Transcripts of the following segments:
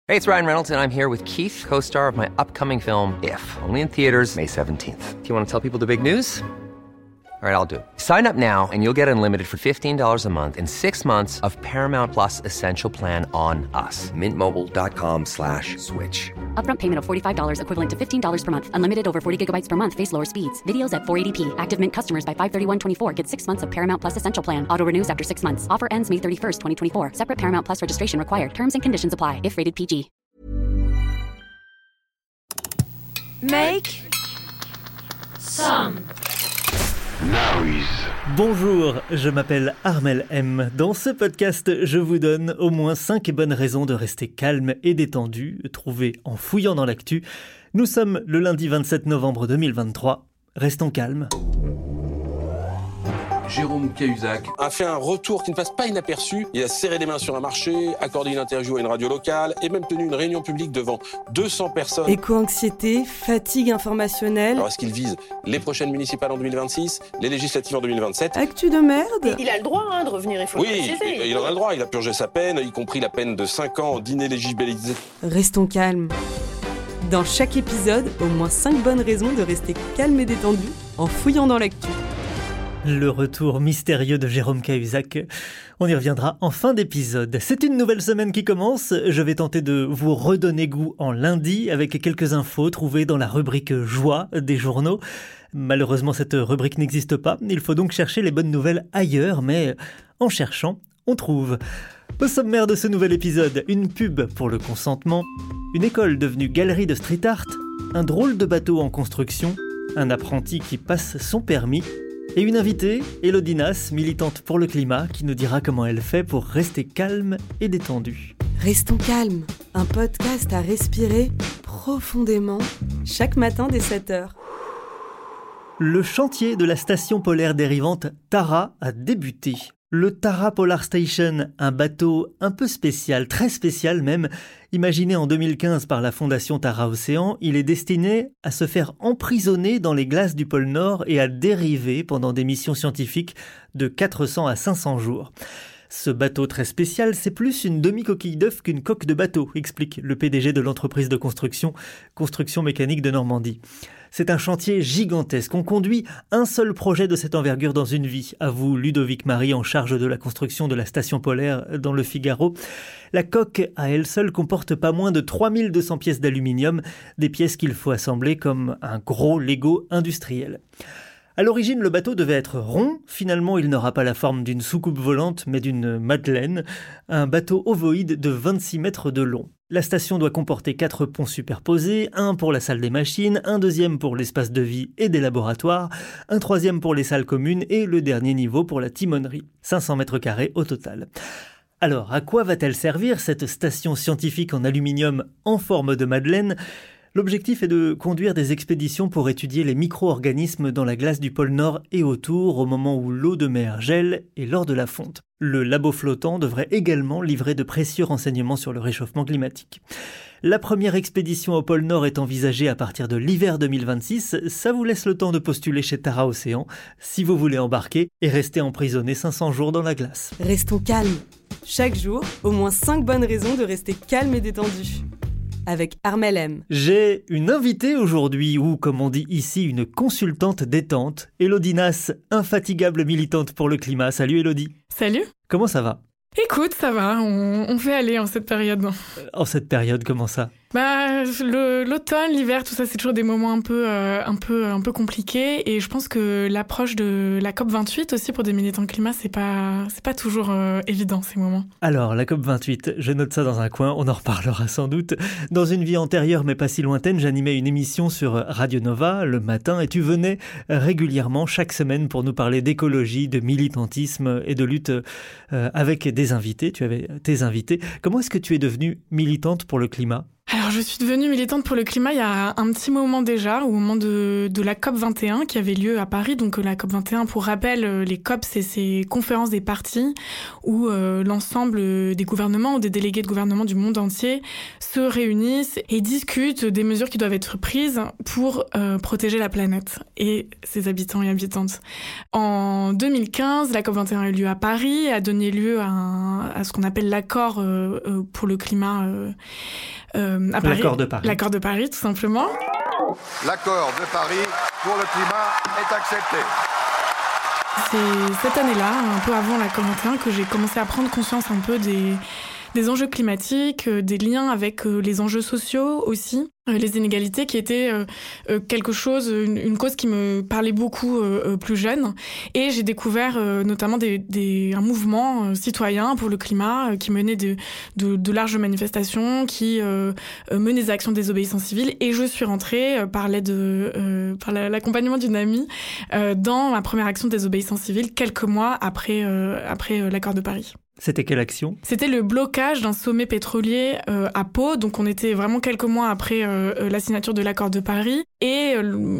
Hey, it's Ryan Reynolds, and I'm here with Keith, co-star of my upcoming film, If, only in theaters May 17th. Do you want to tell people the big news? All right, I'll do it. Sign up now and you'll get unlimited for $15 a month and 6 months of Paramount Plus Essential Plan on us. MintMobile.com/switch. Upfront payment of $45 equivalent to $15 per month. Unlimited over 40 gigabytes per month. Face lower speeds. Videos at 480p. Active Mint customers by 531.24 get 6 months of Paramount Plus Essential Plan. Auto renews after 6 months. Offer ends May 31st, 2024. Separate Paramount Plus registration required. Terms and conditions apply if rated PG. Make some noise. Bonjour, je m'appelle Armel M. Dans ce podcast, je vous donne au moins 5 bonnes raisons de rester calme et détendu, trouvées en fouillant dans l'actu. Nous sommes le lundi 27 novembre 2023. Restons calmes. Jérôme Cahuzac a fait un retour qui ne passe pas inaperçu. Il a serré les mains sur un marché, accordé une interview à une radio locale et même tenu une réunion publique devant 200 personnes. Éco-anxiété, fatigue informationnelle. Alors est-ce qu'il vise les prochaines municipales en 2026, les législatives en 2027 ? Actu de merde. Il a le droit de revenir, il faut le préciser. Oui, il en a le droit. Il a purgé sa peine, y compris la peine de 5 ans d'inéligibilité. Restons calmes. Dans chaque épisode, au moins 5 bonnes raisons de rester calme et détendu en fouillant dans l'actu. Le retour mystérieux de Jérôme Cahuzac. On y reviendra en fin d'épisode. C'est une nouvelle semaine qui commence. Je vais tenter de vous redonner goût en lundi avec quelques infos trouvées dans la rubrique Joie des journaux. Malheureusement, cette rubrique n'existe pas. Il faut donc chercher les bonnes nouvelles ailleurs, mais en cherchant, on trouve. Au sommaire de ce nouvel épisode, une pub pour le consentement, une école devenue galerie de street art, un drôle de bateau en construction, un apprenti qui passe son permis, et une invitée, Élodie Nas, militante pour le climat, qui nous dira comment elle fait pour rester calme et détendue. Restons calmes, un podcast à respirer profondément chaque matin dès 7h. Le chantier de la station polaire dérivante Tara a débuté. Le Tara Polar Station, un bateau un peu spécial, très spécial même, imaginé en 2015 par la fondation Tara Océan, il est destiné à se faire emprisonner dans les glaces du pôle Nord et à dériver pendant des missions scientifiques de 400 à 500 jours. Ce bateau très spécial, c'est plus une demi-coquille d'œuf qu'une coque de bateau, explique le PDG de l'entreprise de construction Mécanique de Normandie. C'est un chantier gigantesque. On conduit un seul projet de cette envergure dans une vie, avoue Ludovic Marie en charge de la construction de la station polaire dans Le Figaro. La coque à elle seule comporte pas moins de 3200 pièces d'aluminium, des pièces qu'il faut assembler comme un gros Lego industriel. À l'origine, le bateau devait être rond. Finalement, il n'aura pas la forme d'une soucoupe volante, mais d'une madeleine, un bateau ovoïde de 26 mètres de long. La station doit comporter 4 ponts superposés, un pour la salle des machines, un deuxième pour l'espace de vie et des laboratoires, un troisième pour les salles communes et le dernier niveau pour la timonerie. 500 mètres carrés au total. Alors, à quoi va-t-elle servir cette station scientifique en aluminium en forme de madeleine ? L'objectif est de conduire des expéditions pour étudier les micro-organismes dans la glace du pôle Nord et autour au moment où l'eau de mer gèle et lors de la fonte. Le labo flottant devrait également livrer de précieux renseignements sur le réchauffement climatique. La première expédition au pôle Nord est envisagée à partir de l'hiver 2026. Ça vous laisse le temps de postuler chez Tara Océan si vous voulez embarquer et rester emprisonné 500 jours dans la glace. Restons calmes. Chaque jour, au moins 5 bonnes raisons de rester calme et détendu. Avec Armel M. J'ai une invitée aujourd'hui, ou comme on dit ici, une consultante détente, Élodie Nas, infatigable militante pour le climat. Salut Élodie. Salut. Comment ça va ? Écoute, ça va, on fait aller en cette période. En cette période, comment ça ? L'automne, l'hiver, tout ça, c'est toujours des moments un peu compliqués. Et je pense que l'approche de la COP28 aussi pour des militants climat, c'est pas toujours évident ces moments. Alors, la COP28, je note ça dans un coin, on en reparlera sans doute. Dans une vie antérieure, mais pas si lointaine, j'animais une émission sur Radio Nova le matin et tu venais régulièrement chaque semaine pour nous parler d'écologie, de militantisme et de lutte avec des invités. Tu avais tes invités. Comment est-ce que tu es devenue militante pour le climat ? Alors, je suis devenue militante pour le climat il y a un petit moment déjà, au moment de la COP21 qui avait lieu à Paris. Donc, la COP21, pour rappel, les COP, c'est ces conférences des partis où l'ensemble des gouvernements ou des délégués de gouvernement du monde entier se réunissent et discutent des mesures qui doivent être prises pour protéger la planète et ses habitants et habitantes. En 2015, la COP21 a eu lieu à Paris et a donné lieu à ce qu'on appelle l'accord pour le climat à Paris. L'accord de Paris. L'accord de Paris, tout simplement. L'accord de Paris pour le climat est accepté. C'est cette année-là, un peu avant la COP21, que j'ai commencé à prendre conscience un peu des enjeux climatiques, des liens avec les enjeux sociaux aussi, les inégalités qui étaient quelque chose, une cause qui me parlait beaucoup plus jeune. Et j'ai découvert notamment un mouvement citoyen pour le climat qui menait de larges manifestations, qui menait des actions de désobéissance civile. Et je suis rentrée par l'accompagnement d'une amie dans ma première action de désobéissance civile quelques mois après l'accord de Paris. C'était quelle action ? C'était le blocage d'un sommet pétrolier à Pau. Donc on était vraiment quelques mois après la signature de l'accord de Paris. Et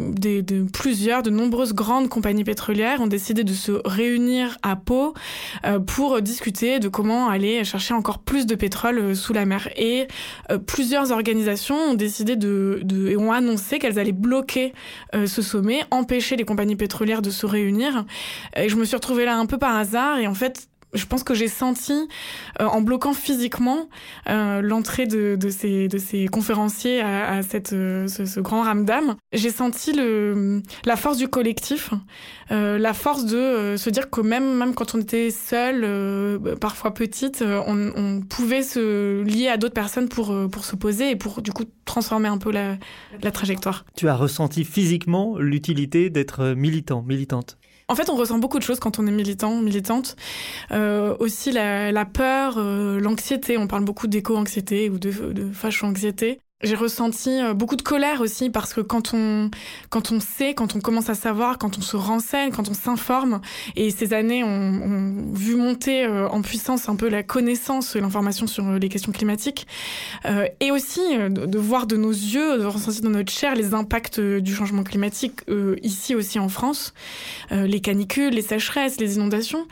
de nombreuses grandes compagnies pétrolières ont décidé de se réunir à Pau pour discuter de comment aller chercher encore plus de pétrole sous la mer. Et plusieurs organisations ont décidé et ont annoncé qu'elles allaient bloquer ce sommet, empêcher les compagnies pétrolières de se réunir. Et je me suis retrouvée là un peu par hasard. Et en fait, je pense que j'ai senti, en bloquant physiquement l'entrée de ces conférenciers à ce grand ramdam, j'ai senti la force du collectif, la force de se dire que même quand on était seul, parfois petite, on pouvait se lier à d'autres personnes pour s'opposer et pour du coup transformer un peu la trajectoire. Tu as ressenti physiquement l'utilité d'être militante. En fait, on ressent beaucoup de choses quand on est militante. Aussi la peur, l'anxiété. On parle beaucoup d'éco-anxiété ou de facho-anxiété. J'ai ressenti beaucoup de colère aussi parce que quand on sait, quand on commence à savoir, quand on se renseigne, quand on s'informe, et ces années ont vu monter en puissance un peu la connaissance, l'information sur les questions climatiques, et aussi de voir de nos yeux, de ressentir dans notre chair les impacts du changement climatique ici aussi en France, les canicules, les sécheresses, les inondations.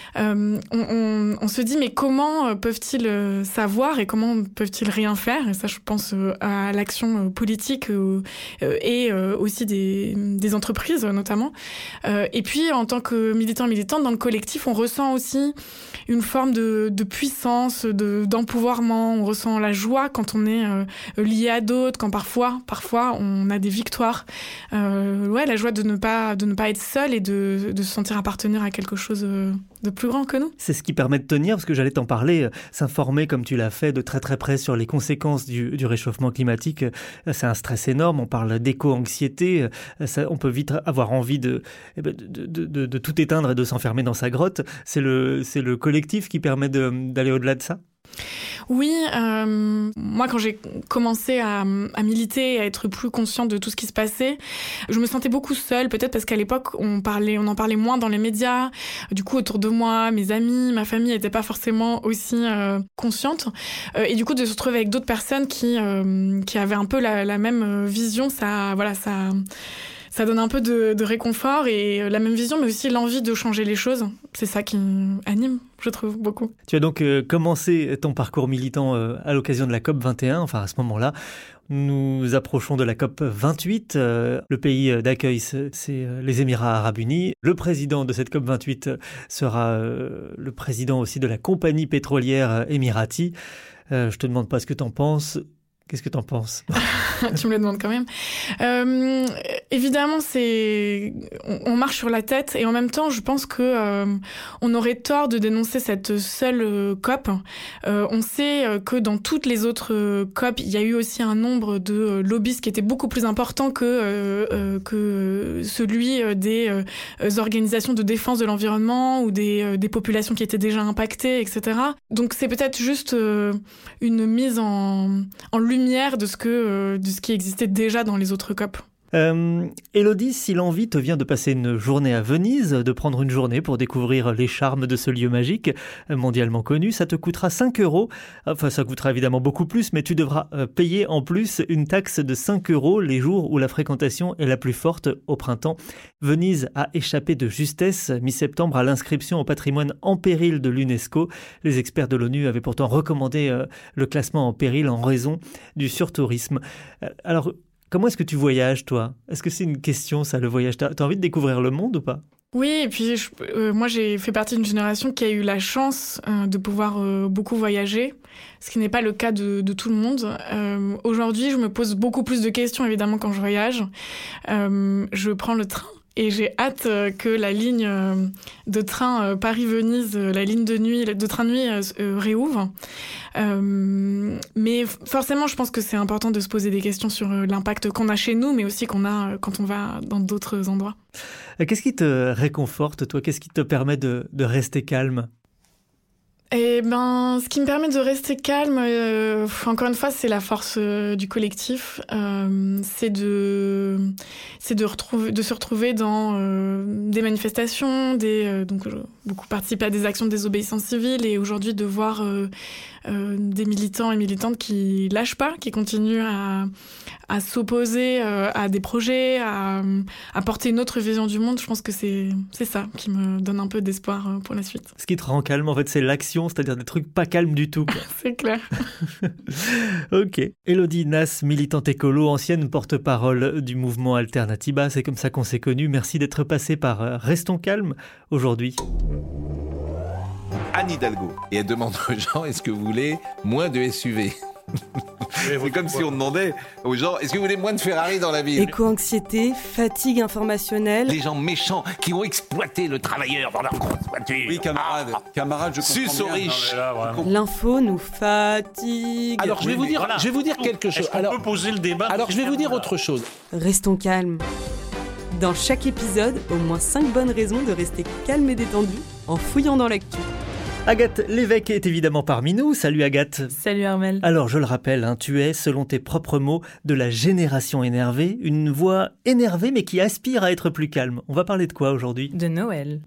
On se dit mais comment peuvent-ils savoir et comment peuvent-ils rien faire ? Et ça, je pense à l'action politique et aussi des entreprises notamment. Et puis en tant que militante dans le collectif, on ressent aussi une forme de puissance, d'empouvoirment. On ressent la joie quand on est lié à d'autres, quand parfois on a des victoires. La joie de ne pas être seul et de se sentir appartenir à quelque chose de plus grand que nous. C'est ce qui permet de tenir, parce que j'allais t'en parler, s'informer comme tu l'as fait de très très près sur les conséquences du réchauffement climatique. C'est un stress énorme, on parle d'éco-anxiété, on peut vite avoir envie de tout éteindre et de s'enfermer dans sa grotte. C'est le collectif qui permet d'aller au-delà de ça ? Oui, moi quand j'ai commencé à militer et à être plus consciente de tout ce qui se passait, je me sentais beaucoup seule, peut-être parce qu'à l'époque on en parlait moins dans les médias. Du coup autour de moi, mes amis, ma famille n'étaient pas forcément aussi conscientes. Et du coup de se retrouver avec d'autres personnes qui avaient un peu la même vision, ça donne un peu de réconfort et la même vision, mais aussi l'envie de changer les choses. C'est ça qui anime, je trouve, beaucoup. Tu as donc commencé ton parcours militant à l'occasion de la COP21, enfin à ce moment-là. Nous approchons de la COP28. Le pays d'accueil, c'est les Émirats Arabes Unis. Le président de cette COP28 sera le président aussi de la compagnie pétrolière Emirati. Je te demande pas ce que tu en penses. Qu'est-ce que t'en penses ? Tu me le demandes quand même. Évidemment, on marche sur la tête et en même temps, je pense que on aurait tort de dénoncer cette seule COP. On sait que dans toutes les autres COP, il y a eu aussi un nombre de lobbyistes qui était beaucoup plus important que celui des organisations de défense de l'environnement ou des populations qui étaient déjà impactées, etc. Donc c'est peut-être juste une mise en lumière de ce qui existait déjà dans les autres COP. Élodie, si l'envie te vient de passer une journée à Venise, de prendre une journée pour découvrir les charmes de ce lieu magique mondialement connu, ça te coûtera 5 €. Enfin, ça coûtera évidemment beaucoup plus, mais tu devras payer en plus une taxe de 5 € les jours où la fréquentation est la plus forte au printemps. Venise a échappé de justesse mi-septembre à l'inscription au patrimoine en péril de l'UNESCO. Les experts de l'ONU avaient pourtant recommandé le classement en péril en raison du surtourisme. Alors, comment est-ce que tu voyages, toi ? Est-ce que c'est une question, ça, le voyage ? T'as envie de découvrir le monde ou pas ? Oui, et puis moi j'ai fait partie d'une génération qui a eu la chance de pouvoir beaucoup voyager, ce qui n'est pas le cas de tout le monde. Aujourd'hui, je me pose beaucoup plus de questions évidemment quand je voyage. Je prends le train. Et j'ai hâte que la ligne de train Paris-Venise, la ligne de train de nuit réouvre. Mais forcément, je pense que c'est important de se poser des questions sur l'impact qu'on a chez nous, mais aussi qu'on a quand on va dans d'autres endroits. Qu'est-ce qui te réconforte, toi ? Qu'est-ce qui te permet de rester calme ? Eh ben, ce qui me permet de rester calme, encore une fois, c'est la force du collectif. C'est de se retrouver dans des manifestations, donc beaucoup participer à des actions de désobéissance civile, et aujourd'hui de voir des militants et militantes qui lâchent pas, qui continuent à s'opposer à des projets, à porter une autre vision du monde. Je pense que c'est ça qui me donne un peu d'espoir pour la suite. Ce qui te rend calme, en fait, c'est l'action, c'est-à-dire des trucs pas calmes du tout. C'est clair. Ok. Élodie Nas, militante écolo, ancienne porte-parole du mouvement Alternatiba, c'est comme ça qu'on s'est connus. Merci d'être passée par Restons calmes aujourd'hui. Anne Hidalgo. Et elle demande aux gens, est-ce que vous voulez moins de SUV ? C'est comme si on demandait aux gens, est-ce que vous voulez moins de Ferrari dans la ville ? Éco-anxiété, fatigue informationnelle. Des gens méchants qui ont exploité le travailleur dans leur grosse voiture. Oui, camarade, je comprends Suce aux bien. riches. L'info nous fatigue. Alors, je vais vous dire quelque chose. Est-ce qu'on peut poser le débat ? Alors, je vais vous dire autre chose. Restons calmes. Dans chaque épisode, au moins 5 bonnes raisons de rester calme et détendu en fouillant dans l'actu. Agathe Lévesque est évidemment parmi nous. Salut Agathe. Salut Armel. Alors je le rappelle, tu es, selon tes propres mots, de la génération énervée, une voix énervée mais qui aspire à être plus calme. On va parler de quoi aujourd'hui ? De Noël.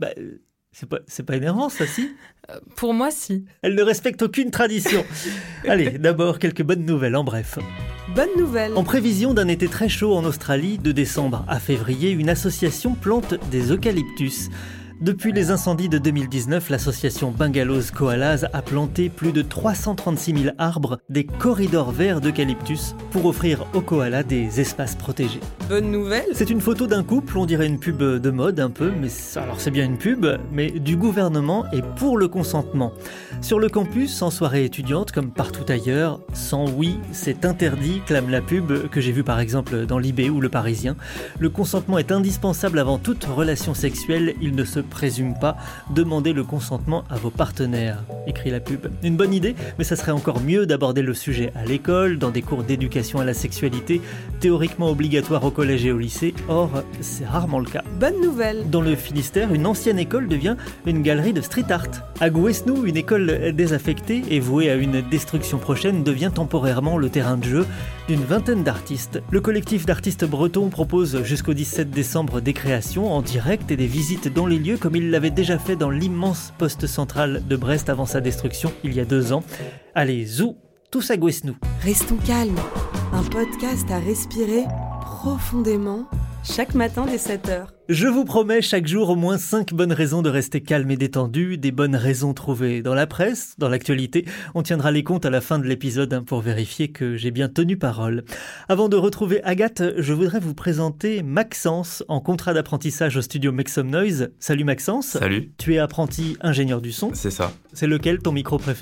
C'est pas énervant ça, si ? Pour moi, si. Elle ne respecte aucune tradition. Allez, d'abord quelques bonnes nouvelles en bref. Bonne nouvelle. En prévision d'un été très chaud en Australie, de décembre à février, une association plante des eucalyptus. Depuis les incendies de 2019, l'association Bungalows Koalas a planté plus de 336 000 arbres, des corridors verts d'eucalyptus, pour offrir aux koalas des espaces protégés. Bonne nouvelle. C'est une photo d'un couple, on dirait une pub de mode un peu, mais alors c'est bien une pub, mais du gouvernement et pour le consentement. Sur le campus, en soirée étudiante, comme partout ailleurs, sans oui, c'est interdit, clame la pub que j'ai vue par exemple dans Libé ou Le Parisien. Le consentement est indispensable avant toute relation sexuelle, il ne se présume pas. Demandez le consentement à vos partenaires, écrit la pub. Une bonne idée, mais ça serait encore mieux d'aborder le sujet à l'école, dans des cours d'éducation à la sexualité, théoriquement obligatoires au collège et au lycée, or c'est rarement le cas. Bonne nouvelle. Dans le Finistère, une ancienne école devient une galerie de street art. À Gouesnou, une école désaffectée et vouée à une destruction prochaine devient temporairement le terrain de jeu d'une vingtaine d'artistes. Le collectif d'artistes bretons propose jusqu'au 17 décembre des créations en direct et des visites dans les lieux comme il l'avait déjà fait dans l'immense poste central de Brest avant sa destruction il y a 2 ans. Allez, zou, tous à Gouesnou. Restons calmes. Un podcast à respirer profondément chaque matin dès 7h. Je vous promets chaque jour au moins 5 bonnes raisons de rester calme et détendu, des bonnes raisons trouvées dans la presse, dans l'actualité. On tiendra les comptes à la fin de l'épisode pour vérifier que j'ai bien tenu parole. Avant de retrouver Agathe, je voudrais vous présenter Maxence en contrat d'apprentissage au studio Make Some Noise. Salut Maxence. Salut. Tu es apprenti ingénieur du son. C'est ça. C'est lequel ton micro préféré ?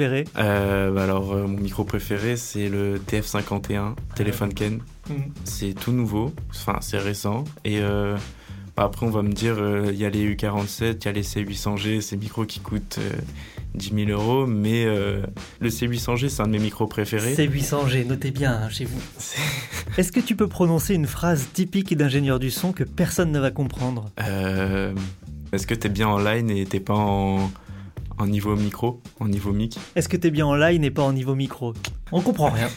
Mon micro préféré c'est le TF51, téléphone Ken. C'est tout nouveau, enfin c'est récent et après on va me dire il y a les U47, il y a les C800G, ces micros qui coûtent 10 000 €, mais le C800G c'est un de mes micros préférés. C800G, notez bien chez vous. Est-ce que tu peux prononcer une phrase typique d'ingénieur du son que personne ne va comprendre ? Est-ce que t'es bien en line et t'es pas en niveau micro, en niveau mic ? Est-ce que t'es bien en line et pas en niveau micro ? On comprend rien.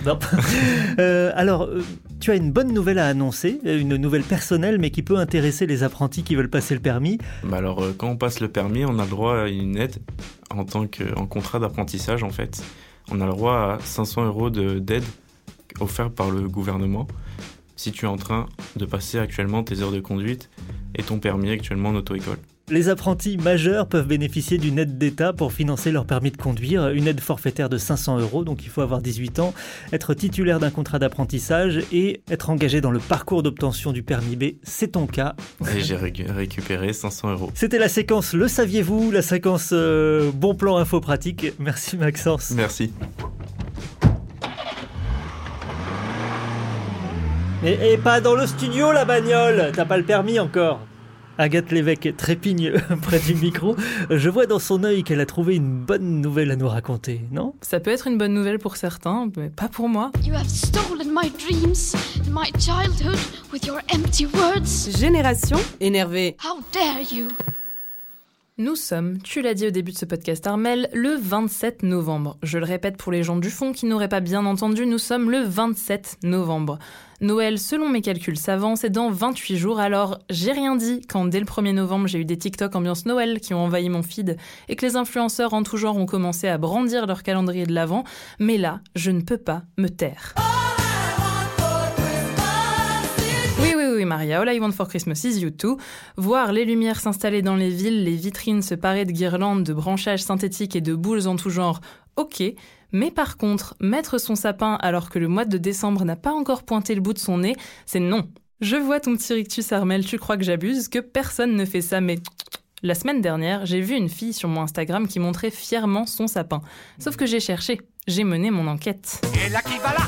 Alors, tu as une bonne nouvelle à annoncer, une nouvelle personnelle, mais qui peut intéresser les apprentis qui veulent passer le permis. Quand on passe le permis, on a le droit à une aide en contrat d'apprentissage en fait. On a le droit à 500 € d'aide offerte par le gouvernement si tu es en train de passer actuellement tes heures de conduite et ton permis actuellement en auto-école. Les apprentis majeurs peuvent bénéficier d'une aide d'État pour financer leur permis de conduire, une aide forfaitaire de 500 €, donc il faut avoir 18 ans, être titulaire d'un contrat d'apprentissage et être engagé dans le parcours d'obtention du permis B. C'est ton cas. Et j'ai récupéré 500 €. C'était la séquence Le saviez-vous, la séquence bon plan info pratique. Merci Maxence. Merci. Et pas dans le studio la bagnole, t'as pas le permis encore. Agathe Lévesque trépigne près du micro. Je vois dans son œil qu'elle a trouvé une bonne nouvelle à nous raconter, non ? Ça peut être une bonne nouvelle pour certains, mais pas pour moi. You have stolen my dreams, my childhood with your empty words. Génération énervée. How dare you ? Nous sommes, tu l'as dit au début de ce podcast Armelle, le 27 novembre. Je le répète pour les gens du fond qui n'auraient pas bien entendu, nous sommes le 27 novembre. Noël, selon mes calculs savants, c'est dans 28 jours, alors j'ai rien dit quand dès le 1er novembre j'ai eu des TikTok ambiance Noël qui ont envahi mon feed et que les influenceurs en tout genre ont commencé à brandir leur calendrier de l'Avent, mais là, je ne peux pas me taire. Oui, Maria, All I Want for Christmas is You Too. Voir les lumières s'installer dans les villes, les vitrines se parer de guirlandes, de branchages synthétiques et de boules en tout genre, ok. Mais par contre, mettre son sapin alors que le mois de décembre n'a pas encore pointé le bout de son nez, c'est non. Je vois ton petit rictus, Armelle, tu crois que j'abuse, que personne ne fait ça, mais... La semaine dernière, j'ai vu une fille sur mon Instagram qui montrait fièrement son sapin. Sauf que j'ai cherché, j'ai mené mon enquête. Et là qui va là ?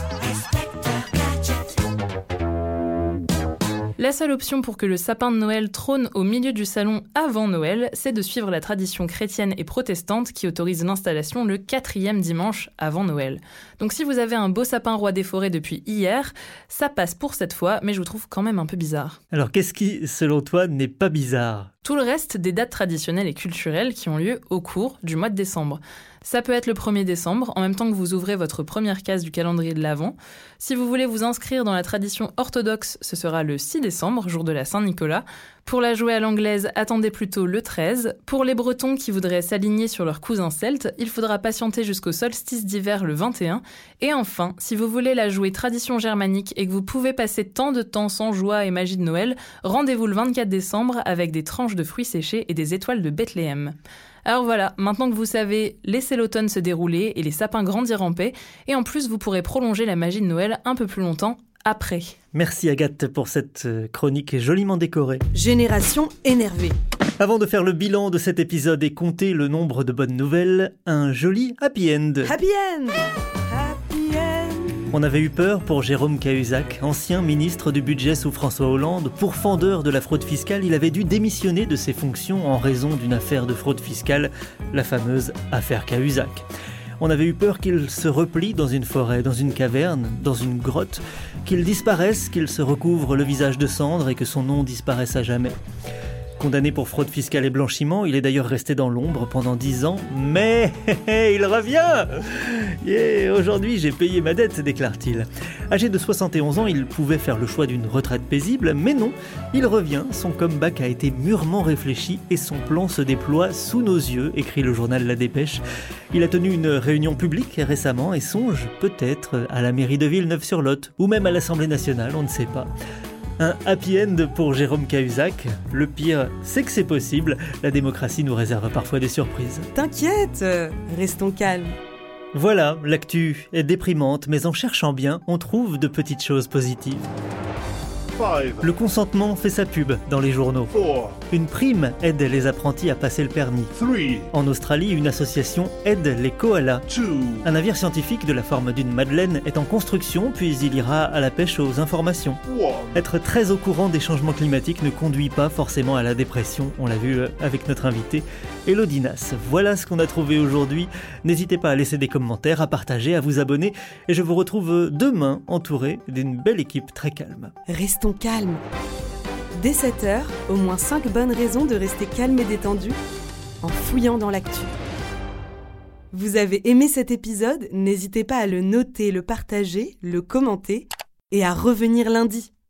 La seule option pour que le sapin de Noël trône au milieu du salon avant Noël, c'est de suivre la tradition chrétienne et protestante qui autorise l'installation le 4e dimanche avant Noël. Donc si vous avez un beau sapin roi des forêts depuis hier, ça passe pour cette fois, mais je vous trouve quand même un peu bizarre. Alors qu'est-ce qui, selon toi, n'est pas bizarre ? Tout le reste des dates traditionnelles et culturelles qui ont lieu au cours du mois de décembre. Ça peut être le 1er décembre, en même temps que vous ouvrez votre première case du calendrier de l'Avent. Si vous voulez vous inscrire dans la tradition orthodoxe, ce sera le 6 décembre, jour de la Saint-Nicolas. Pour la jouer à l'anglaise, attendez plutôt le 13. Pour les Bretons qui voudraient s'aligner sur leurs cousins celtes, il faudra patienter jusqu'au solstice d'hiver le 21. Et enfin, si vous voulez la jouer tradition germanique et que vous pouvez passer tant de temps sans joie et magie de Noël, rendez-vous le 24 décembre avec des tranches de fruits séchés et des étoiles de Bethléem. Alors voilà, maintenant que vous savez, laissez l'automne se dérouler et les sapins grandir en paix, et en plus vous pourrez prolonger la magie de Noël un peu plus longtemps après. Merci Agathe pour cette chronique joliment décorée. Génération énervée. Avant de faire le bilan de cet épisode et compter le nombre de bonnes nouvelles, un joli happy end. Happy end. Happy end. On avait eu peur pour Jérôme Cahuzac, ancien ministre du budget sous François Hollande. Pourfendeur de la fraude fiscale, il avait dû démissionner de ses fonctions en raison d'une affaire de fraude fiscale, la fameuse affaire Cahuzac. On avait eu peur qu'il se replie dans une forêt, dans une caverne, dans une grotte, qu'il disparaisse, qu'il se recouvre le visage de cendres et que son nom disparaisse à jamais. Condamné pour fraude fiscale et blanchiment, il est d'ailleurs resté dans l'ombre pendant 10 ans, mais il revient. Yeah, aujourd'hui, j'ai payé ma dette, déclare-t-il. Âgé de 71 ans, il pouvait faire le choix d'une retraite paisible, mais non, il revient, son comeback a été mûrement réfléchi et son plan se déploie sous nos yeux, écrit le journal La Dépêche. Il a tenu une réunion publique récemment et songe peut-être à la mairie de Villeneuve-sur-Lot, ou même à l'Assemblée nationale, on ne sait pas. Un happy end pour Jérôme Cahuzac. Le pire, c'est que c'est possible. La démocratie nous réserve parfois des surprises. T'inquiète, restons calmes. Voilà, l'actu est déprimante, mais en cherchant bien, on trouve de petites choses positives. 5. Le consentement fait sa pub dans les journaux. 4. Une prime aide les apprentis à passer le permis. 3. En Australie, une association aide les koalas. 2. Un navire scientifique de la forme d'une madeleine est en construction, puis il ira à la pêche aux informations. 1. Être très au courant des changements climatiques ne conduit pas forcément à la dépression, on l'a vu avec notre invité Elodie Nas. Voilà ce qu'on a trouvé aujourd'hui. N'hésitez pas à laisser des commentaires, à partager, à vous abonner, et je vous retrouve demain entouré d'une belle équipe très calme. Restons calmes. Dès 7h, au moins 5 bonnes raisons de rester calme et détendu en fouillant dans l'actu. Vous avez aimé cet épisode ? N'hésitez pas à le noter, le partager, le commenter et à revenir lundi.